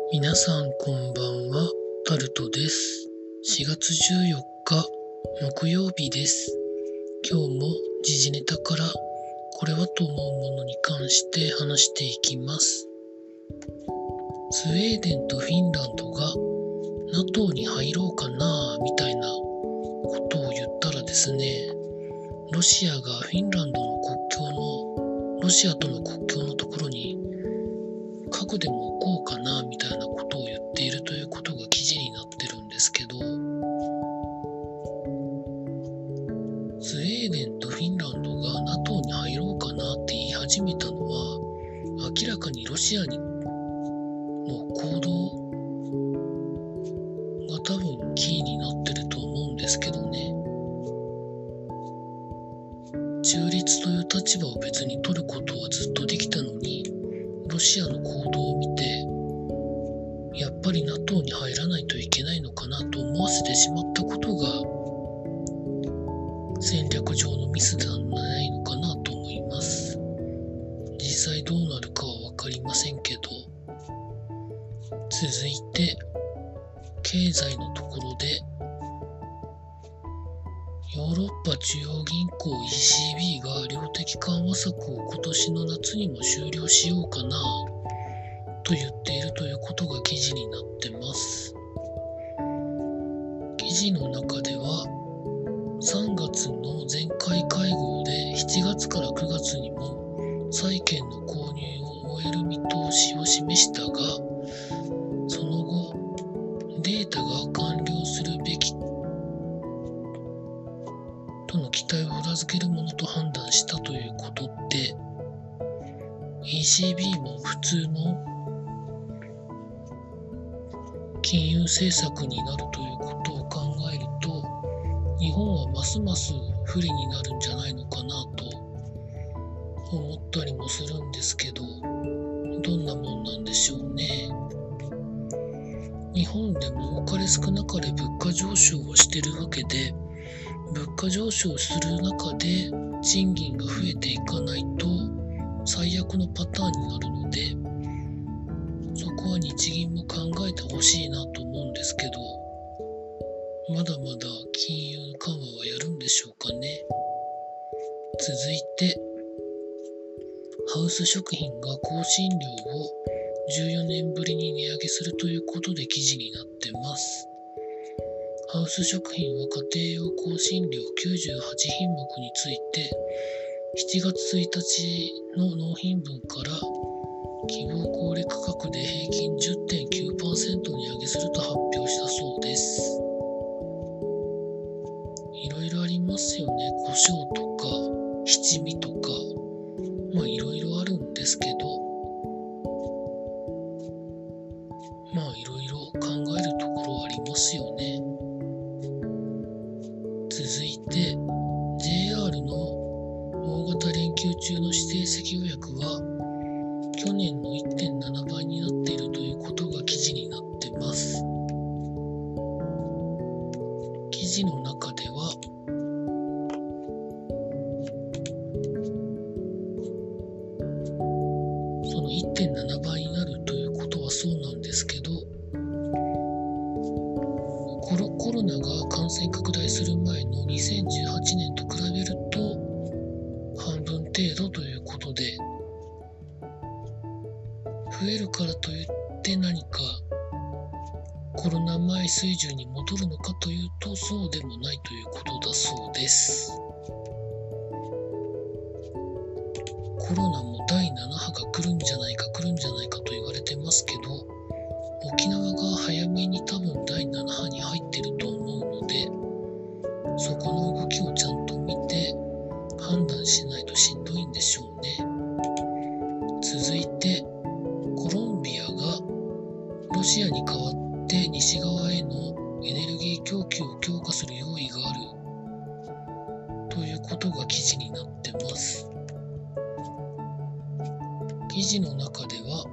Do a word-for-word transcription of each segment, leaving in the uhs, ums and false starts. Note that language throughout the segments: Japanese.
皆さんこんばんは、タルトです。しがつじゅうよっか木曜日です。今日も時事ネタからこれはと思うものに関して話していきます。スウェーデンとフィンランドが ナトー に入ろうかなみたいなことを言ったらですね、ロシアがフィンランドの国境のロシアとの国境のところに核でも置こうかなみたいなことを言っているということが記事になってるんですけど、スウェーデンとフィンランドが ナトー に入ろうかなって言い始めたのは、明らかにロシアにの行動が多分キーになってると思うんですけどね。中立という立場を別に取ることはずっとできたのに、ロシアの行動を見てやっぱり ナトー に入らないといけないのかなと思わせてしまったことが戦略上のミスではないのかなと思います。実際どうなるかは分かりませんけど、続いて経済のところで、ヨーロッパ中央銀行 イーシービー が量的緩和策を今年の夏にも終了しようかなと言っているということが記事になってます。記事の中ではさんがつの全会会合でしちがつからくがつにも債券の購入を終える見通しを示したが、その後データが完了するべきとの期待を裏付けるものと判断したということで、 イーシービー も普通の金融政策になるということを考えると、日本はますます不利になるんじゃないのかなと思ったりもするんですけど、どんなもんなんでしょうね。日本でも多かれ少なかれ物価上昇をしているわけで、物価上昇する中で賃金が増えていかないと最悪のパターンになるので、そこは日銀も考えてほしいなと思うんですけど、まだまだ金融緩和はやるんでしょうかね。続いて、ハウス食品が香辛料をじゅうよねんぶりに値上げするということで記事になってます。ハウス食品は家庭用香辛料きゅうじゅうはちひんもくについてしちがつついたちの納品分から希望小売価格で平均 じゅってんきゅうパーセント に上げすると発表したそうです。いろいろありますよね。胡椒とか七味とか、まあいろいろあるんですけど、まあいろいろ考えるところはありますよね。続いて ジェイアール の大型連休中の指定席予約は去年の いってんななばいになっているということが記事になってます。記事の中ではその いってんななばいになるということはそうなんですけど、コロ、コロナが感染拡大する前のにせんじゅうはちねんと比べると半分程度ということで、増えるからといって何かコロナ前水準に戻るのかというとそうでもないということだそうです。コロナもだいななはが来るんじゃないか来るんじゃないかと言われてますけど、沖縄が早めに多分だいななはに入ってると思うので、そこの動きをちゃんと見て判断しないとしんどいんでしょうね。続いてコロンビアがロシアに代わって西側へのエネルギー供給を強化する用意があるということが記事になってます。記事の中では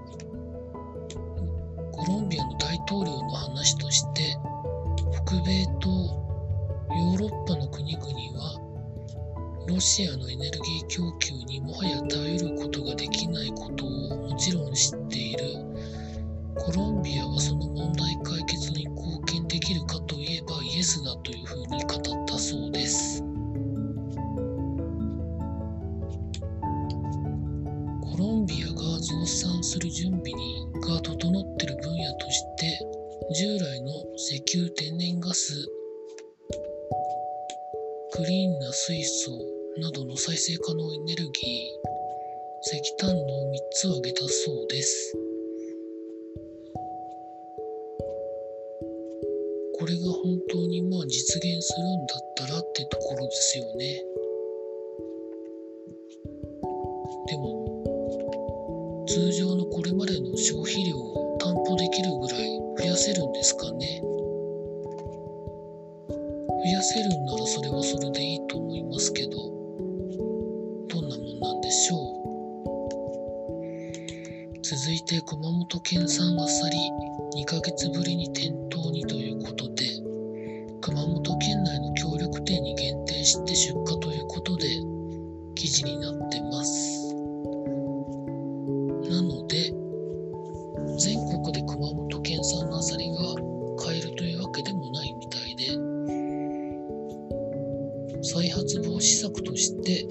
コロンビアの大統領の話として、北米とヨーロッパの国々はロシアのエネルギー供給にもはや頼ることができないことをもちろん知っている。 コロンビアはその問題解決に貢献できるかといえばイエスだというふうに語ったそうです。コロンビアが増産する準備にが整っている分野として、従来の石油、天然ガス、クリーンな水素などの再生可能エネルギー、石炭のみっつを挙げたそうです。これが本当にまあ実現するんだったらってところですよね。でも通常のこれまでの消費量を担保できるぐらい増やせるんですかね。増やせるんならそれはそれでいいと思いますけど、どんなもんなんでしょう。続いて熊本県産アサリにかげつぶりに店頭にということで、熊本県内の協力店に限定して出荷ということで記事になってます。なので全国で熊本県産のアサリが買えるというわけでもないみたいで、再発防止策として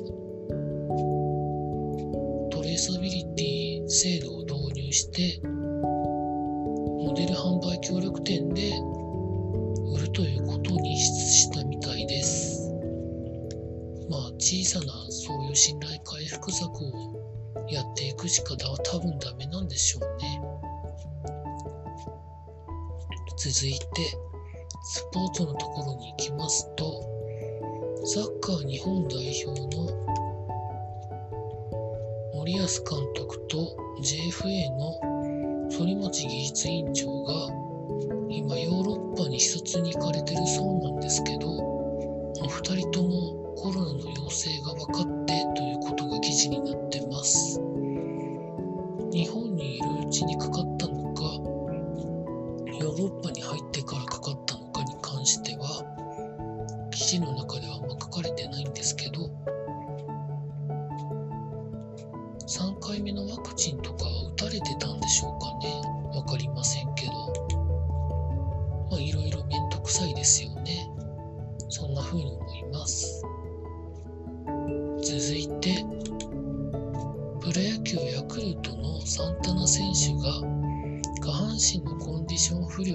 トレーサビリティ制度を導入してモデル販売協力店で売るということにしたみたいです。まあ小さなそういう信頼回復策をやっていくしかだ多分ダメなんでしょうね。続いてスポーツのところに行きますと、サッカー日本代表の森保監督と ジェイエフエー の反町技術委員長が今ヨーロッパに視察に行かれてるそうなんですけど、お二人ともコロナの陽性が分かってということが記事になってます。日本にいるうちにかかったのか、ヨーロッパに入ってからかかったのかに関しては記事の中ではあんま書かれてないんですけど、さんかいめのワクチンとか打たれてたんでしょうかね。わかりませんけど、まあいろいろめんどくさいですよね。そんな風に思います。続いてプロ野球ヤクルトのサンタナ選手が下半身のコンディション不良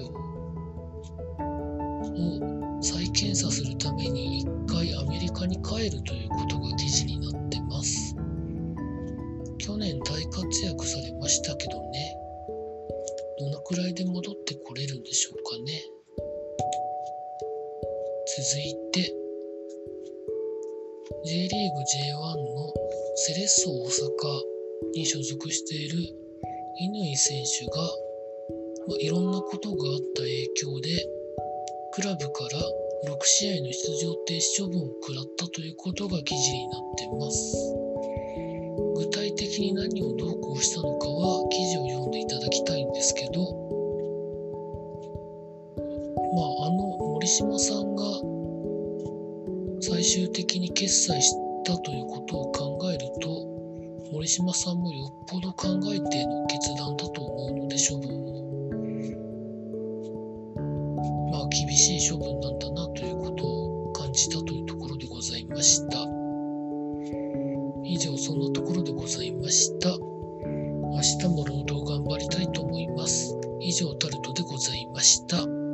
を再検査するためにいっかいアメリカに帰るということが記事になってます。去年大活躍されましたけどね、どのくらいで戻ってこれるんでしょうかね。続いて J リーグ ジェイワン のセレッソ大阪に所属している乾選手が、まあ、いろんなことがあった影響でクラブからろくしあいの出場停止処分を食らったということが記事になっています。具体的に何をどうこうしたのかは記事を読んでいただきたいんですけど、まああの森島さんが最終的に決裁したということを考えると、森島さんもよっぽど考えての決断だと思うので、処分をまあ厳しい処分なんだなということを感じたというところでございました。以上、そんなところでございました。明日も労働頑張りたいと思います。以上、タルトでございました。